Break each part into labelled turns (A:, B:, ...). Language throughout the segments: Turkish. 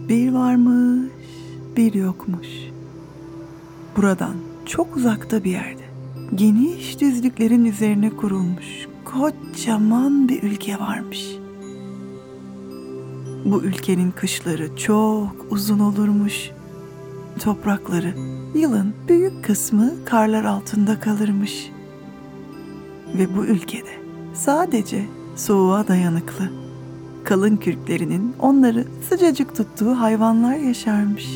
A: Bir varmış, bir yokmuş. Buradan çok uzakta bir yerde, geniş düzlüklerin üzerine kurulmuş kocaman bir ülke varmış. Bu ülkenin kışları çok uzun olurmuş. Toprakları yılın büyük kısmı karlar altında kalırmış. Ve bu ülkede sadece soğuğa dayanıklı, kalın kürklerinin onları sıcacık tuttuğu hayvanlar yaşarmış.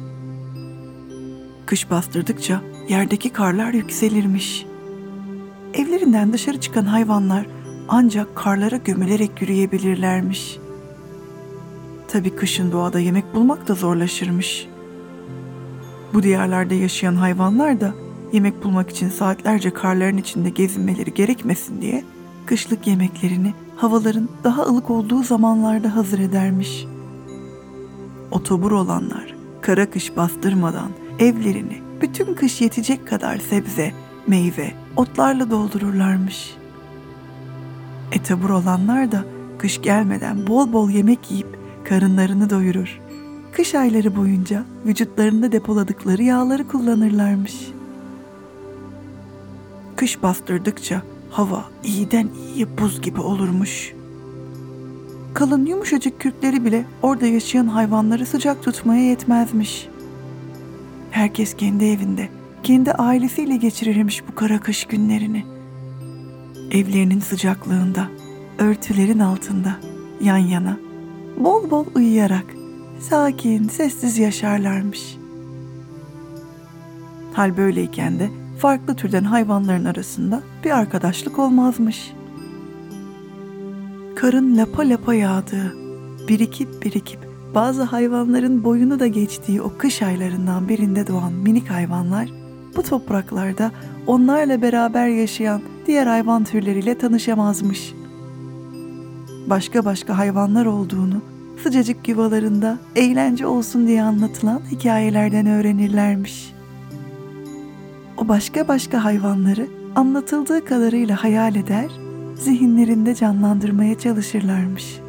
A: Kış bastırdıkça yerdeki karlar yükselirmiş. Evlerinden dışarı çıkan hayvanlar ancak karlara gömülerek yürüyebilirlermiş. Tabii kışın doğada yemek bulmak da zorlaşırmış. Bu diyarlarda yaşayan hayvanlar da yemek bulmak için saatlerce karların içinde gezinmeleri gerekmesin diye kışlık yemeklerini havaların daha ılık olduğu zamanlarda hazır edermiş. Otobur olanlar kara kış bastırmadan evlerini bütün kış yetecek kadar sebze, meyve, otlarla doldururlarmış. Etobur olanlar da kış gelmeden bol bol yemek yiyip karınlarını doyurur. Kış ayları boyunca vücutlarında depoladıkları yağları kullanırlarmış. Kış bastırdıkça hava iyiden iyiye buz gibi olurmuş. Kalın yumuşacık kürkleri bile orada yaşayan hayvanları sıcak tutmaya yetmezmiş. Herkes kendi evinde, kendi ailesiyle geçirirmiş bu kara kış günlerini. Evlerinin sıcaklığında, örtülerin altında, yan yana, bol bol uyuyarak, sakin, sessiz yaşarlarmış. Hal böyleyken de farklı türden hayvanların arasında bir arkadaşlık olmazmış. Karın lapa lapa yağdığı, birikip bazı hayvanların boyunu da geçtiği o kış aylarından birinde doğan minik hayvanlar, bu topraklarda onlarla beraber yaşayan diğer hayvan türleriyle tanışamazmış. Başka hayvanlar olduğunu sıcacık yuvalarında eğlence olsun diye anlatılan hikayelerden öğrenirlermiş. O başka hayvanları anlatıldığı kadarıyla hayal eder, zihinlerinde canlandırmaya çalışırlarmış.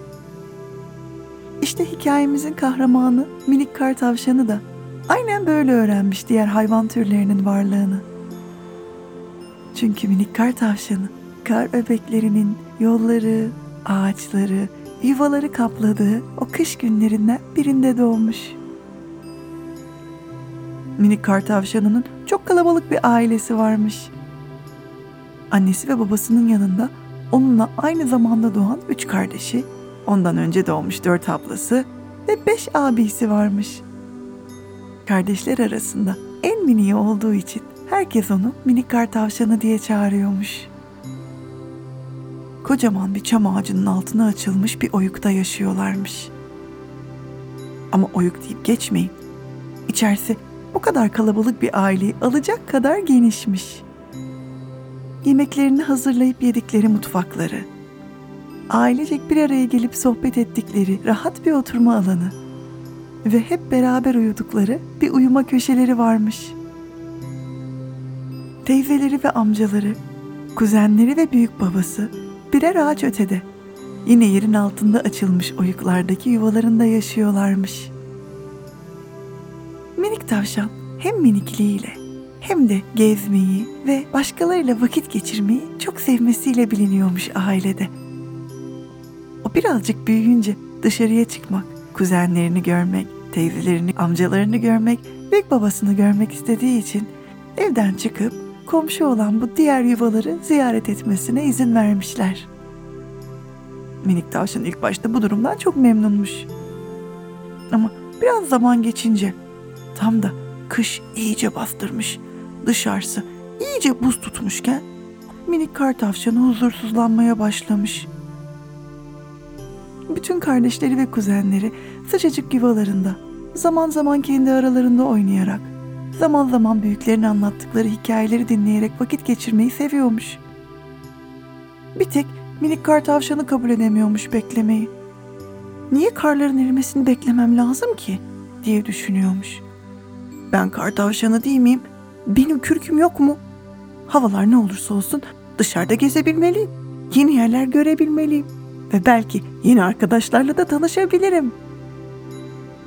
A: İşte hikayemizin kahramanı minik kar tavşanı da aynen böyle öğrenmiş diğer hayvan türlerinin varlığını. Çünkü minik kar tavşanı kar öbeklerinin yolları, ağaçları, yuvaları kapladığı o kış günlerinden birinde doğmuş. Minik kar tavşanının çok kalabalık bir ailesi varmış. Annesi ve babasının yanında onunla aynı zamanda doğan 3 kardeşi, ondan önce doğmuş 4 ablası ve 5 abisi varmış. Kardeşler arasında en miniği olduğu için herkes onu minik kar tavşanı diye çağırıyormuş. Kocaman bir çam ağacının altına açılmış bir oyukta yaşıyorlarmış. Ama oyuk deyip geçmeyin. İçerisi o kadar kalabalık bir aileyi alacak kadar genişmiş. Yemeklerini hazırlayıp yedikleri mutfakları, ailecek bir araya gelip sohbet ettikleri rahat bir oturma alanı ve hep beraber uyudukları bir uyuma köşeleri varmış. Teyzeleri ve amcaları, kuzenleri ve büyük babası birer ağaç ötede, yine yerin altında açılmış oyuklardaki yuvalarında yaşıyorlarmış. Minik tavşan hem minikliğiyle hem de gezmeyi ve başkalarıyla vakit geçirmeyi çok sevmesiyle biliniyormuş ailede. O birazcık büyüyünce dışarıya çıkmak, kuzenlerini görmek, teyzelerini, amcalarını görmek, büyük babasını görmek istediği için evden çıkıp komşu olan bu diğer yuvaları ziyaret etmesine izin vermişler. Minik tavşan ilk başta bu durumdan çok memnunmuş. Ama biraz zaman geçince, tam da kış iyice bastırmış, dışarısı iyice buz tutmuşken minik kar tavşanı huzursuzlanmaya başlamış. Bütün kardeşleri ve kuzenleri sıcacık yuvalarında, zaman zaman kendi aralarında oynayarak, zaman zaman büyüklerin anlattıkları hikayeleri dinleyerek vakit geçirmeyi seviyormuş. Bir tek minik kar tavşanı kabul edemiyormuş beklemeyi. Niye karların erimesini beklemem lazım ki diye düşünüyormuş. Ben kar tavşanı değil miyim? Benim kürküm yok mu? Havalar ne olursa olsun dışarıda gezebilmeliyim. Yeni yerler görebilmeliyim. Ve belki yeni arkadaşlarla da tanışabilirim.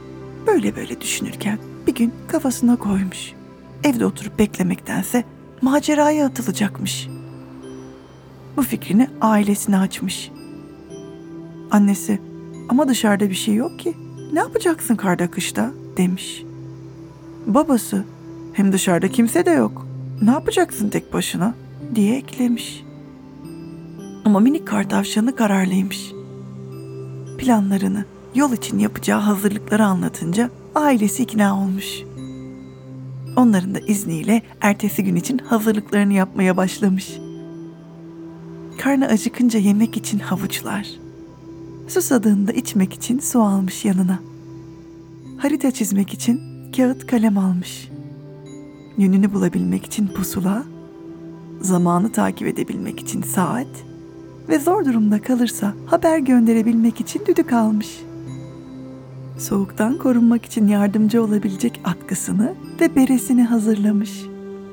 A: Böyle böyle düşünürken bir gün kafasına koymuş. Evde oturup beklemektense maceraya atılacakmış. Bu fikrini ailesine açmış. Annesi, ama dışarıda bir şey yok ki. Ne yapacaksın karda kışta demiş. Babası, hem dışarıda kimse de yok. Ne yapacaksın tek başına diye eklemiş. Ama minik kar tavşanı kararlıymış. Planlarını, yol için yapacağı hazırlıkları anlatınca ailesi ikna olmuş. Onların da izniyle ertesi gün için hazırlıklarını yapmaya başlamış. Karnı acıkınca yemek için havuçlar, susadığında içmek için su almış yanına. Harita çizmek için kağıt kalem almış. Yönünü bulabilmek için pusula, zamanı takip edebilmek için saat ve zor durumda kalırsa haber gönderebilmek için düdük almış. Soğuktan korunmak için yardımcı olabilecek atkısını ve beresini hazırlamış.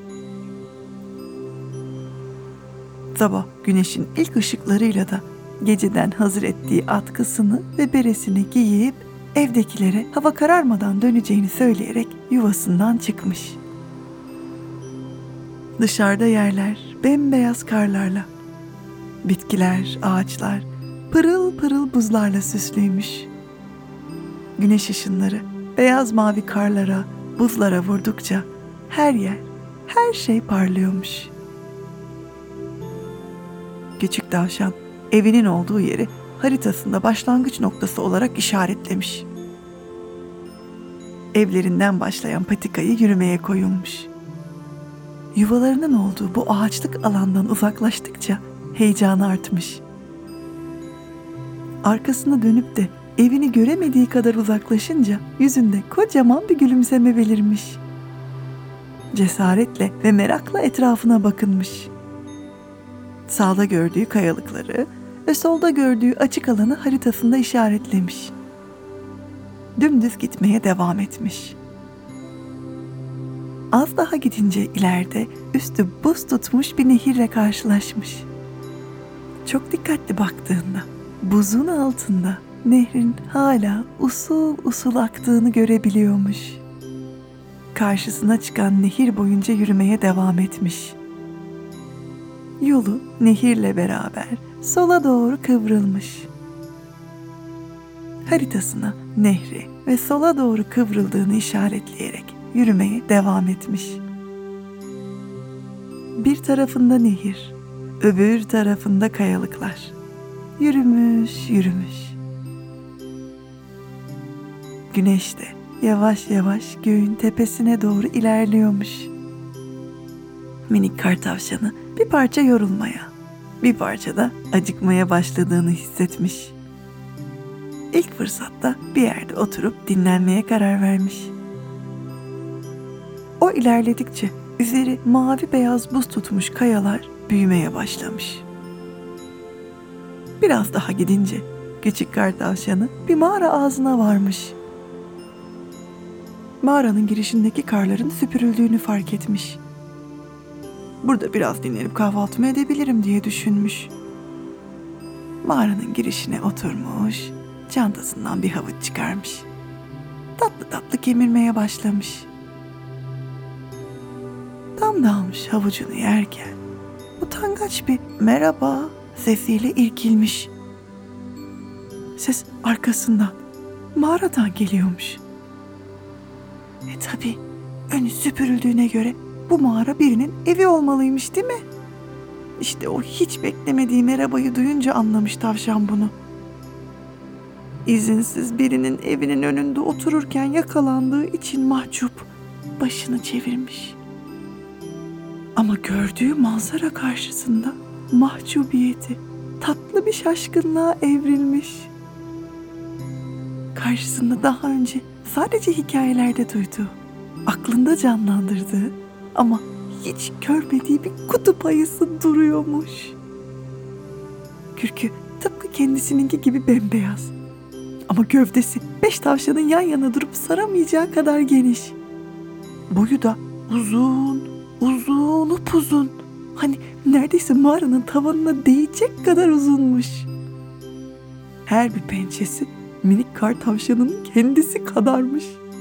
A: Sabah güneşin ilk ışıklarıyla da geceden hazır ettiği atkısını ve beresini giyip evdekilere hava kararmadan döneceğini söyleyerek yuvasından çıkmış. Dışarıda yerler bembeyaz karlarla, bitkiler, ağaçlar pırıl pırıl buzlarla süslüymüş. Güneş ışınları beyaz mavi karlara, buzlara vurdukça her yer, her şey parlıyormuş. Küçük tavşan evinin olduğu yeri haritasında başlangıç noktası olarak işaretlemiş. Evlerinden başlayan patikayı yürümeye koyulmuş. Yuvalarının olduğu bu ağaçlık alandan uzaklaştıkça heyecanı artmış. Arkasına dönüp de evini göremediği kadar uzaklaşınca yüzünde kocaman bir gülümseme belirmiş. Cesaretle ve merakla etrafına bakınmış. Sağda gördüğü kayalıkları ve solda gördüğü açık alanı haritasında işaretlemiş. Dümdüz gitmeye devam etmiş. Az daha gidince ileride üstü buz tutmuş bir nehirle karşılaşmış. Çok dikkatli baktığında buzun altında nehrin hala usul usul aktığını görebiliyormuş. Karşısına çıkan nehir boyunca yürümeye devam etmiş. Yolu nehirle beraber sola doğru kıvrılmış. Haritasına nehri ve sola doğru kıvrıldığını işaretleyerek yürümeye devam etmiş. Bir tarafında nehir, öbür tarafında kayalıklar. Yürümüş, yürümüş. Güneş de yavaş yavaş göğün tepesine doğru ilerliyormuş. Minik kar tavşanı bir parça yorulmaya, bir parça da acıkmaya başladığını hissetmiş. İlk fırsatta bir yerde oturup dinlenmeye karar vermiş. O ilerledikçe üzeri mavi beyaz buz tutmuş kayalar büyümeye başlamış. Biraz daha gidince küçük kar tavşanı bir mağara ağzına varmış. Mağaranın girişindeki karların süpürüldüğünü fark etmiş. Burada biraz dinlenip kahvaltımı edebilirim diye düşünmüş. Mağaranın girişine oturmuş, çantasından bir havuç çıkarmış. Tatlı tatlı kemirmeye başlamış. Tam dalmış havucunu yerken utangaç bir merhaba sesiyle irkilmiş. Ses arkasından, mağaradan geliyormuş. Tabii önü süpürüldüğüne göre bu mağara birinin evi olmalıymış, değil mi? İşte o hiç beklemediği merhabayı duyunca anlamış tavşan bunu. İzinsiz birinin evinin önünde otururken yakalandığı için mahcup başını çevirmiş. Ama gördüğü manzara karşısında mahcubiyeti tatlı bir şaşkınlığa evrilmiş. Karşısında daha önce sadece hikayelerde duyduğu, aklında canlandırdığı ama hiç görmediği bir kutup ayısı duruyormuş. Kürkü tıpkı kendisininki gibi bembeyaz. Ama gövdesi 5 tavşanın yan yana durup saramayacağı kadar geniş. Boyu da uzun, upuzun. Hani neredeyse mağaranın tavanına değecek kadar uzunmuş. Her bir pençesi minik kar tavşanının kendisi kadarmış.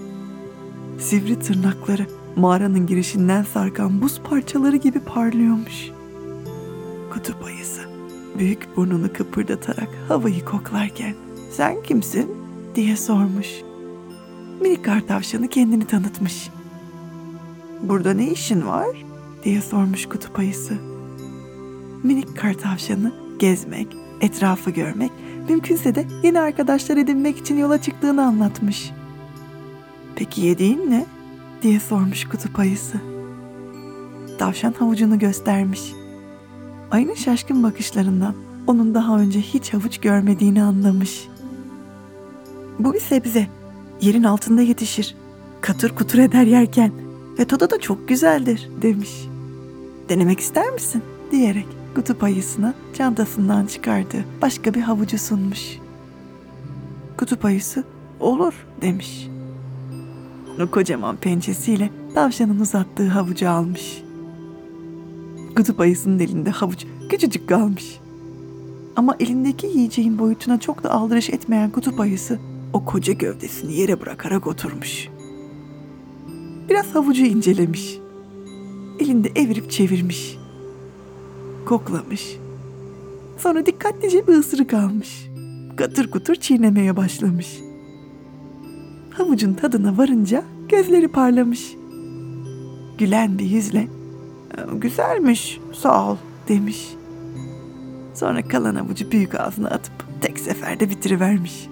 A: Sivri tırnakları mağaranın girişinden sarkan buz parçaları gibi parlıyormuş. Kutup ayısı büyük burnunu kıpırdatarak havayı koklarken "Sen kimsin?" diye sormuş. Minik kar tavşanı kendini tanıtmış. "Burada ne işin var?" diye sormuş kutup ayısı. Minik kar tavşanı gezmek, etrafı görmek, mümkünse de yeni arkadaşlar edinmek için yola çıktığını anlatmış. "Peki yediğin ne?" diye sormuş kutup ayısı. Tavşan havucunu göstermiş. Ayının şaşkın bakışlarından onun daha önce hiç havuç görmediğini anlamış. "Bu bir sebze. Yerin altında yetişir. Katır kutur eder yerken ve tadı da çok güzeldir," demiş. "Denemek ister misin?" diyerek kutup ayısına çantasından çıkardığı başka bir havucu sunmuş. Kutup ayısı "Olur," demiş. O kocaman pençesiyle tavşanın uzattığı havucu almış. Kutup ayısının elinde havuç küçücük kalmış. Ama elindeki yiyeceğin boyutuna çok da aldırış etmeyen kutup ayısı o koca gövdesini yere bırakarak oturmuş. Biraz havucu incelemiş. Elinde evirip çevirmiş. Koklamış. Sonra dikkatlice bir ısırık almış. Katır kutur çiğnemeye başlamış. Havucun tadına varınca gözleri parlamış. Gülen bir yüzle "Güzelmiş, sağ ol," demiş. Sonra kalan havucu büyük ağzına atıp tek seferde bitirivermiş.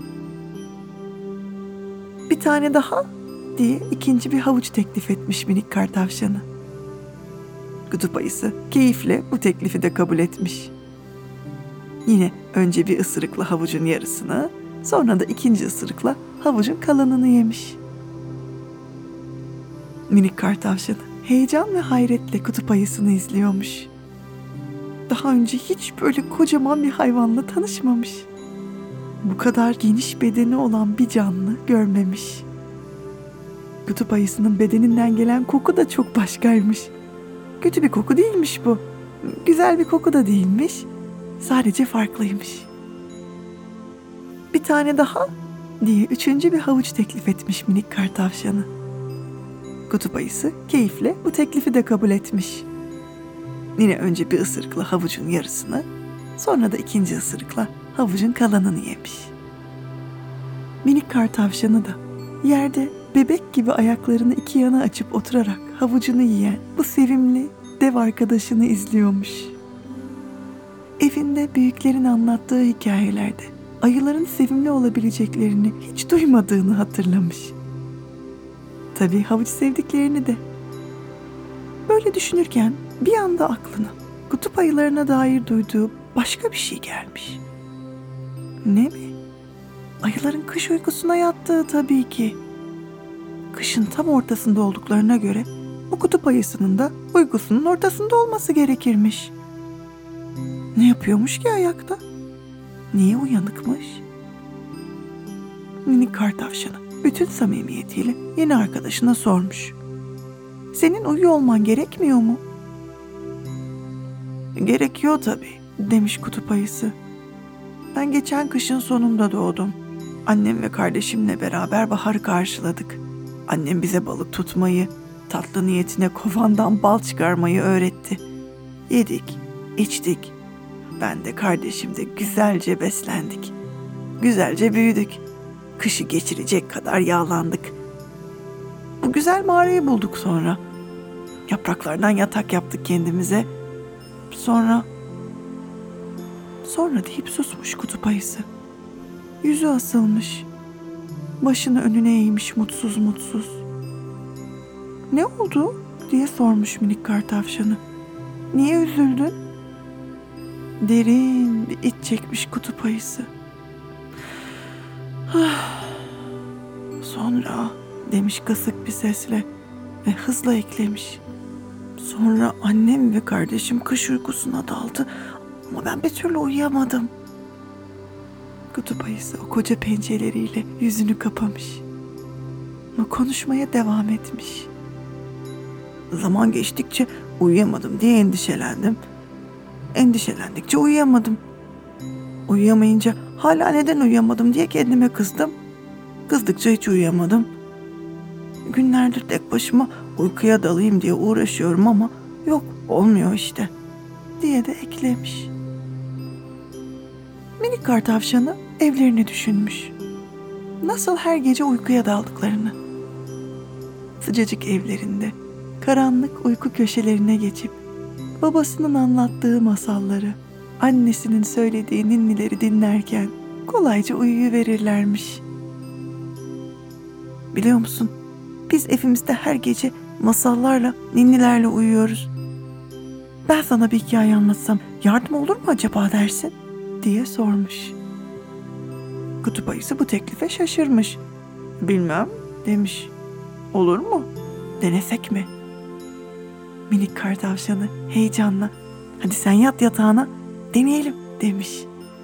A: "Bir tane daha," diye ikinci bir havuç teklif etmiş minik kar tavşanı. Kutup ayısı keyifle bu teklifi de kabul etmiş. Yine önce bir ısırıkla havucun yarısını, sonra da ikinci ısırıkla havucun kalanını yemiş. Minik kar tavşanı heyecan ve hayretle kutup ayısını izliyormuş. Daha önce hiç böyle kocaman bir hayvanla tanışmamış. Bu kadar geniş bedeni olan bir canlı görmemiş. Kutup ayısının bedeninden gelen koku da çok başkaymış. Kötü bir koku değilmiş bu. Güzel bir koku da değilmiş. Sadece farklıymış. "Bir tane daha," diye üçüncü bir havuç teklif etmiş minik kar tavşanı. Kutup ayısı keyifle bu teklifi de kabul etmiş. Yine önce bir ısırıkla havucun yarısını, sonra da ikinci ısırıkla havucun kalanını yemiş. Minik kar tavşanı da yerde bebek gibi ayaklarını iki yana açıp oturarak havucunu yiyen bu sevimli dev arkadaşını izliyormuş. Evinde büyüklerin anlattığı hikayelerde ayıların sevimli olabileceklerini hiç duymadığını hatırlamış. Tabii havuç sevdiklerini de. Böyle düşünürken bir anda aklına kutup ayılarına dair duyduğu başka bir şey gelmiş. Ne mi? Ayıların kış uykusuna yattığı tabii ki. Kışın tam ortasında olduklarına göre bu kutup ayısının da uykusunun ortasında olması gerekirmiş. Ne yapıyormuş ki ayakta? Niye uyanıkmış? Minik kar tavşanı bütün samimiyetiyle yeni arkadaşına sormuş. "Senin uyuyor olman gerekmiyor mu?" "Gerekiyor tabii," demiş kutup ayısı. "Ben geçen kışın sonunda doğdum. Annem ve kardeşimle beraber baharı karşıladık. Annem bize balık tutmayı, tatlı niyetine kovandan bal çıkarmayı öğretti. Yedik, içtik. Ben de kardeşim de güzelce beslendik. Güzelce büyüdük. Kışı geçirecek kadar yağlandık. Bu güzel mağarayı bulduk sonra. Yapraklardan yatak yaptık kendimize. Sonra deyip susmuş kutup ayısı. Yüzü asılmış. Başını önüne eğmiş mutsuz mutsuz. "Ne oldu?" diye sormuş minik kar tavşanı. "Niye üzüldün?" Derin bir iç çekmiş kutup ayısı. "Sonra," demiş kısık bir sesle ve hızla eklemiş. "Sonra annem ve kardeşim kış uykusuna daldı ama ben bir türlü uyuyamadım." Kutup ayısı o koca pençeleriyle yüzünü kapamış. Ama konuşmaya devam etmiş. "Zaman geçtikçe uyuyamadım diye endişelendim. Endişelendikçe uyuyamadım. Uyuyamayınca hala neden uyuyamadım diye kendime kızdım. Kızdıkça hiç uyuyamadım. Günlerdir tek başıma uykuya dalayım diye uğraşıyorum ama yok, olmuyor işte, diye de eklemiş. Minik kar tavşanı evlerini düşünmüş. Nasıl her gece uykuya daldıklarını. Sıcacık evlerinde, karanlık uyku köşelerine geçip babasının anlattığı masalları, annesinin söylediği ninnileri dinlerken kolayca uyuyuverirlermiş. Biliyor musun? Biz evimizde her gece masallarla, ninnilerle uyuyoruz. Ben sana bir hikaye anlatsam yardım olur mu acaba dersin? Diye sormuş. Kutup ayısı bu teklife şaşırmış. Bilmem demiş. Olur mu? Denesek mi? Minik kar tavşanı heyecanla hadi sen yat yatağına deneyelim demiş.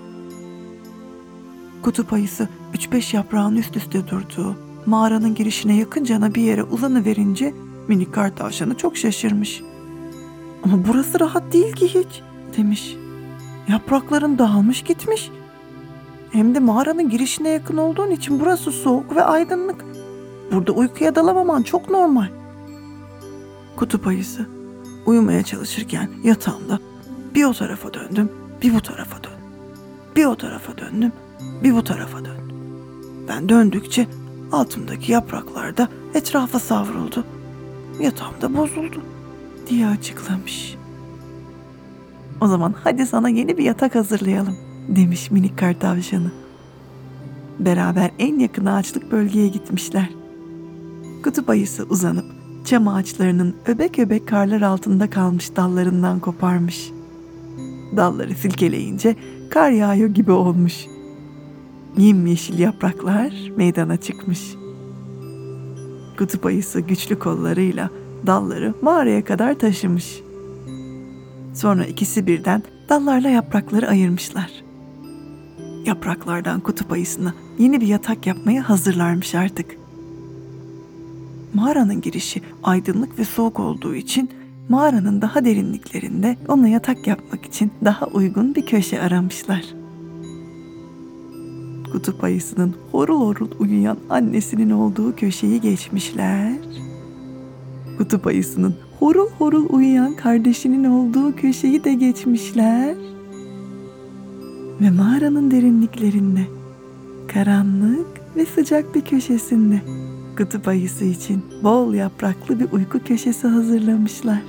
A: Kutup ayısı 3-5 yaprağın üst üste durduğu mağaranın girişine yakıncana bir yere uzanıverince minik kar tavşanı çok şaşırmış. Ama burası rahat değil ki hiç demiş. Yaprakların dağılmış gitmiş. Hem de mağaranın girişine yakın olduğun için burası soğuk ve aydınlık. Burada uykuya dalamaman çok normal. Kutup ayısı uyumaya çalışırken yatağımda bir o tarafa döndüm, bir bu tarafa döndüm. Bir o tarafa döndüm, bir bu tarafa döndüm. Ben döndükçe altımdaki yapraklar da etrafa savruldu. Yatağım da bozuldu diye açıklamış. O zaman hadi sana yeni bir yatak hazırlayalım demiş minik kar tavşanı. Beraber en yakın ağaçlık bölgeye gitmişler. Kutup ayısı uzanıp çam ağaçlarının öbek öbek karlar altında kalmış dallarından koparmış. Dalları silkeleyince kar yağıyor gibi olmuş. Yemyeşil yapraklar meydana çıkmış. Kutup ayısı güçlü kollarıyla dalları mağaraya kadar taşımış. Sonra ikisi birden dallarla yaprakları ayırmışlar. Yapraklardan kutup ayısına yeni bir yatak yapmaya hazırlarmış artık. Mağaranın girişi aydınlık ve soğuk olduğu için mağaranın daha derinliklerinde ona yatak yapmak için daha uygun bir köşe aramışlar. Kutup ayısının horul horul uyuyan annesinin olduğu köşeyi geçmişler. Kutup ayısının horul horul uyuyan kardeşinin olduğu köşeyi de geçmişler. Ve mağaranın derinliklerinde, karanlık ve sıcak bir köşesinde kutup ayısı için bol yapraklı bir uyku köşesi hazırlamışlar.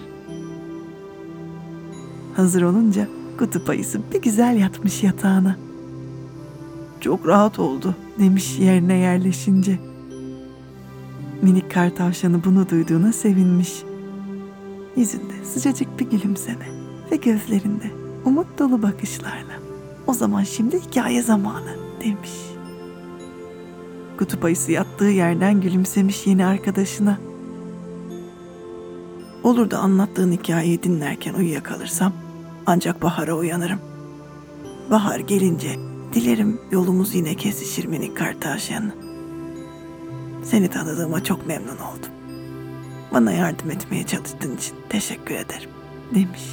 A: Hazır olunca kutup ayısı bir güzel yatmış yatağına. Çok rahat oldu demiş yerine yerleşince. Minik kar tavşanı bunu duyduğuna sevinmiş. Yüzünde sıcacık bir gülümseme ve gözlerinde umut dolu bakışlarla o zaman şimdi hikaye zamanı demiş. Kutup ayısı yattığı yerden gülümsemiş yeni arkadaşına. Olur da anlattığın hikayeyi dinlerken uyuyakalırsam ancak bahara uyanırım. Bahar gelince dilerim yolumuz yine kesişir minik kar tavşanı. Seni tanıdığıma çok memnun oldum. Bana yardım etmeye çalıştığın için teşekkür ederim demiş.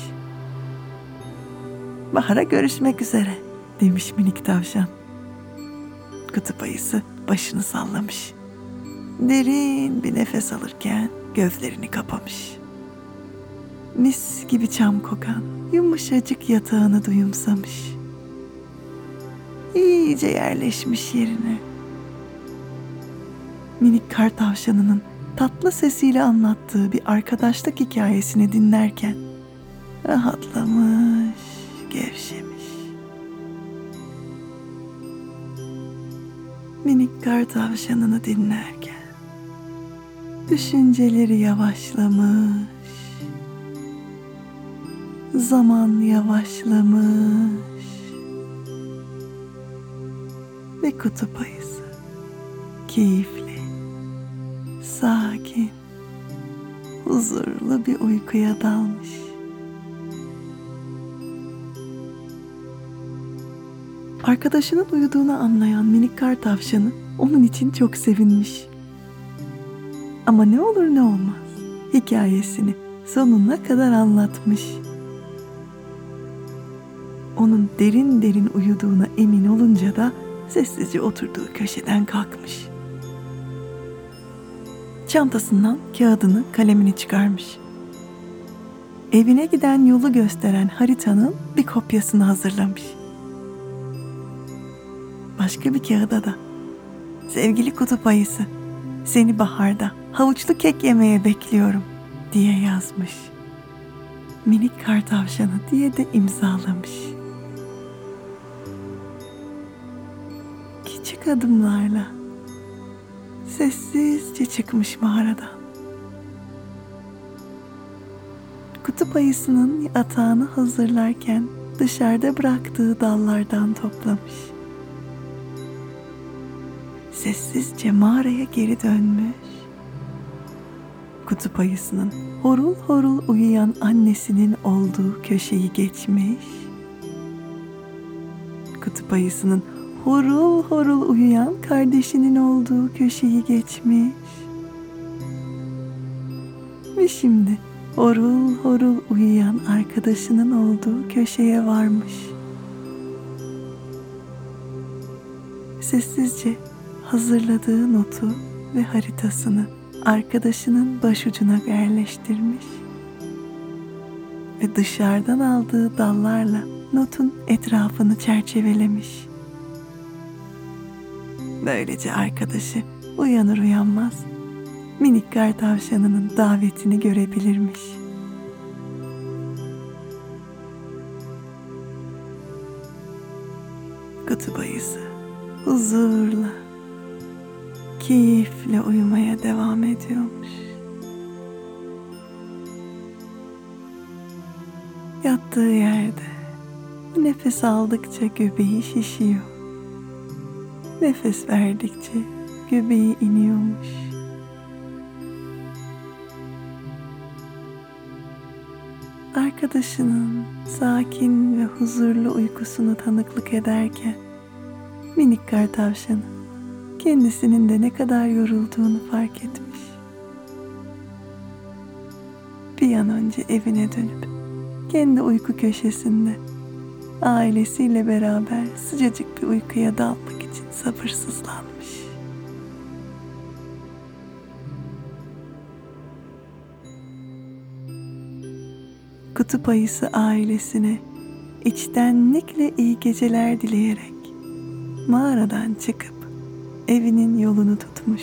A: Bahara görüşmek üzere demiş minik tavşan. Kutup ayısı başını sallamış. Derin bir nefes alırken gözlerini kapamış. Mis gibi çam kokan yumuşacık yatağını duyumsamış. İyice yerleşmiş yerine. Minik kar tavşanının tatlı sesiyle anlattığı bir arkadaşlık hikayesini dinlerken rahatlamış, gevşemiş. Minik kar tavşanını dinlerken düşünceleri yavaşlamış, zaman yavaşlamış ve kutup ayısı keyifli, sakin, huzurlu bir uykuya dalmış. Arkadaşının uyuduğunu anlayan minik kar tavşanı onun için çok sevinmiş. Ama ne olur ne olmaz hikayesini sonuna kadar anlatmış. Onun derin derin uyuduğuna emin olunca da sessizce oturduğu köşeden kalkmış. Çantasından kağıdını, kalemini çıkarmış. Evine giden yolu gösteren haritanın bir kopyasını hazırlamış. Başka bir kağıda da "Sevgili kutup ayısı, seni baharda havuçlu kek yemeye bekliyorum" diye yazmış. Minik kar tavşanı diye de imzalamış. Küçük adımlarla sessizce çıkmış mağaradan. Kutup ayısının yatağını hazırlarken dışarıda bıraktığı dallardan toplamış. Sessizce mağaraya geri dönmüş. Kutup ayısının horul horul uyuyan annesinin olduğu köşeyi geçmiş. Kutup ayısının horul horul uyuyan kardeşinin olduğu köşeyi geçmiş. Ve şimdi horul horul uyuyan arkadaşının olduğu köşeye varmış. Sessizce hazırladığı notu ve haritasını arkadaşının başucuna yerleştirmiş ve dışarıdan aldığı dallarla notun etrafını çerçevelemiş. Böylece arkadaşı uyanır uyanmaz minik kar tavşanının davetini görebilirmiş. Kutup ayısı huzurla, keyifle uyumaya devam ediyormuş. Yattığı yerde nefes aldıkça göbeği şişiyor. Nefes verdikçe göbeği iniyormuş. Arkadaşının sakin ve huzurlu uykusunu tanıklık ederken minik kar tavşanı kendisinin de ne kadar yorulduğunu fark etmiş. Bir an önce evine dönüp kendi uyku köşesinde ailesiyle beraber sıcacık bir uykuya dalmak için sabırsızlanmış. Kutup ayısı ailesine içtenlikle iyi geceler dileyerek mağaradan çıkıp evinin yolunu tutmuş.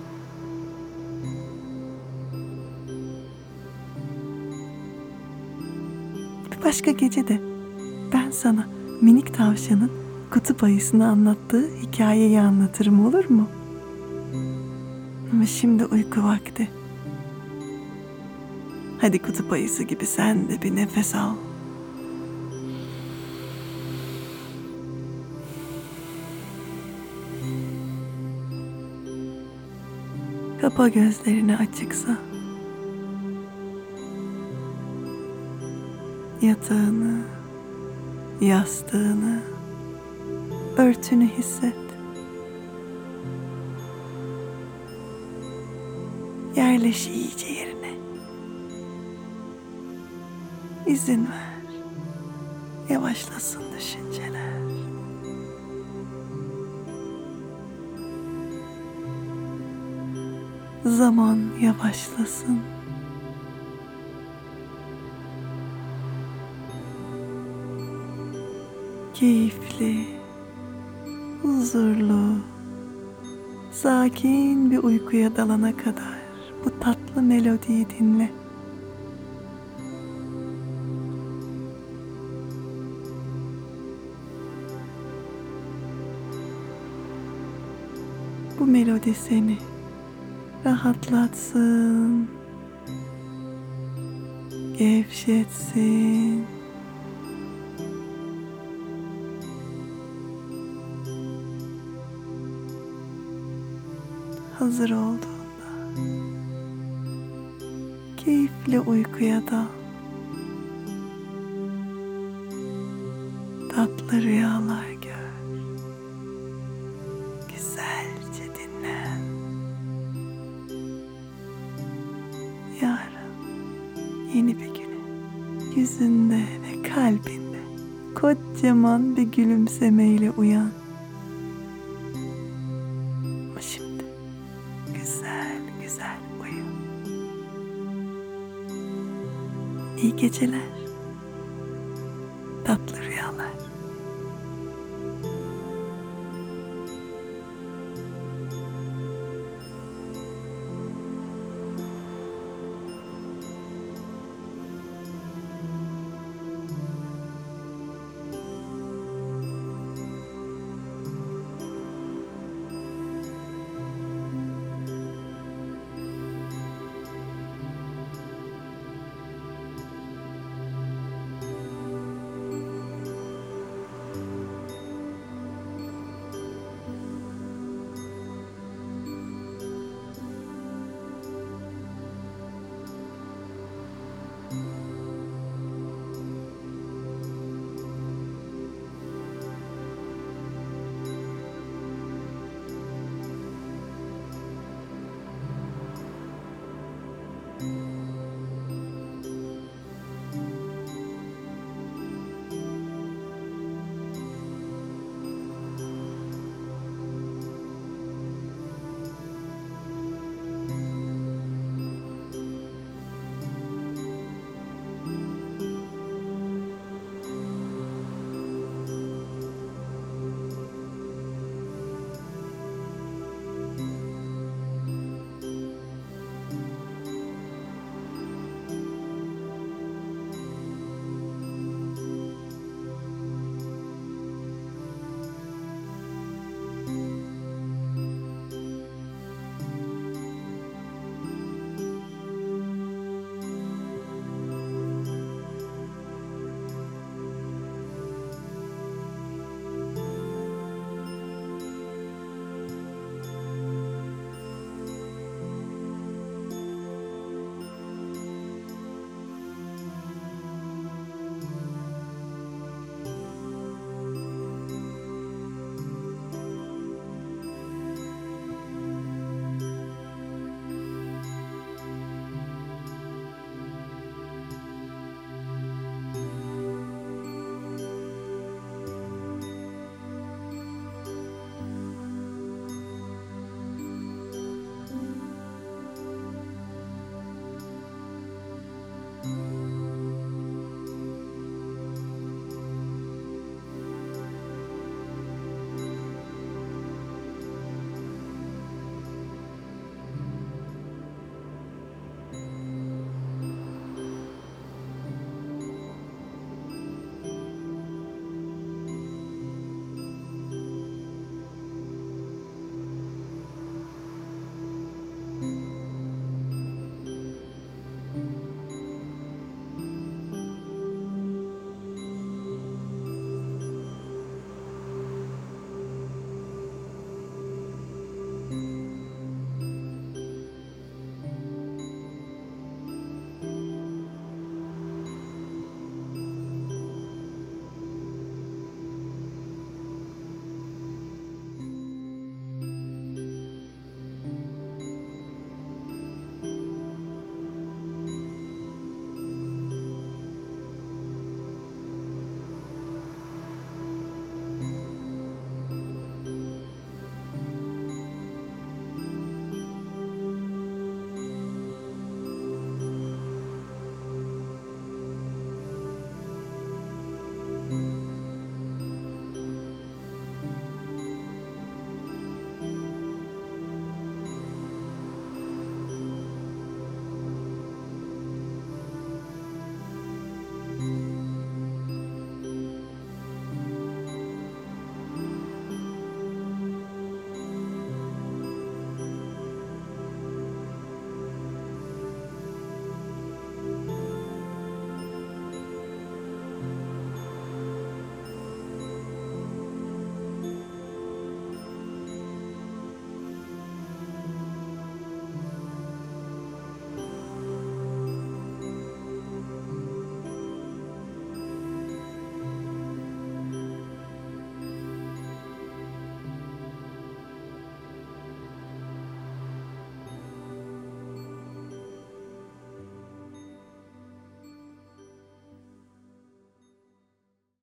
A: Bir başka gece de ben sana minik tavşanın kutup ayısına anlattığı hikayeyi anlatırım, olur mu? Ama şimdi uyku vakti. Hadi kutup ayısı gibi sen de bir nefes al. Kapa gözlerini açıksa. Yatağını, yastığını, örtünü hisset. Yerleş iyice yerine. İzin ver. Yavaşlasın düşünceler. Zaman yavaşlasın. Keyifli, huzurlu, sakin bir uykuya dalana kadar bu tatlı melodiyi dinle. Bu melodi seni rahatlatsın, gevşetsin. Hazır olduğunda keyifli uykuya dal. Tatlı rüyalar gör. Güzelce dinlen. Yarın yeni bir güne yüzünde ve kalbinde kocaman bir gülümsemeyle uyan. Ama şimdi güzel güzel İyi geceler. Tatlı rüyalar.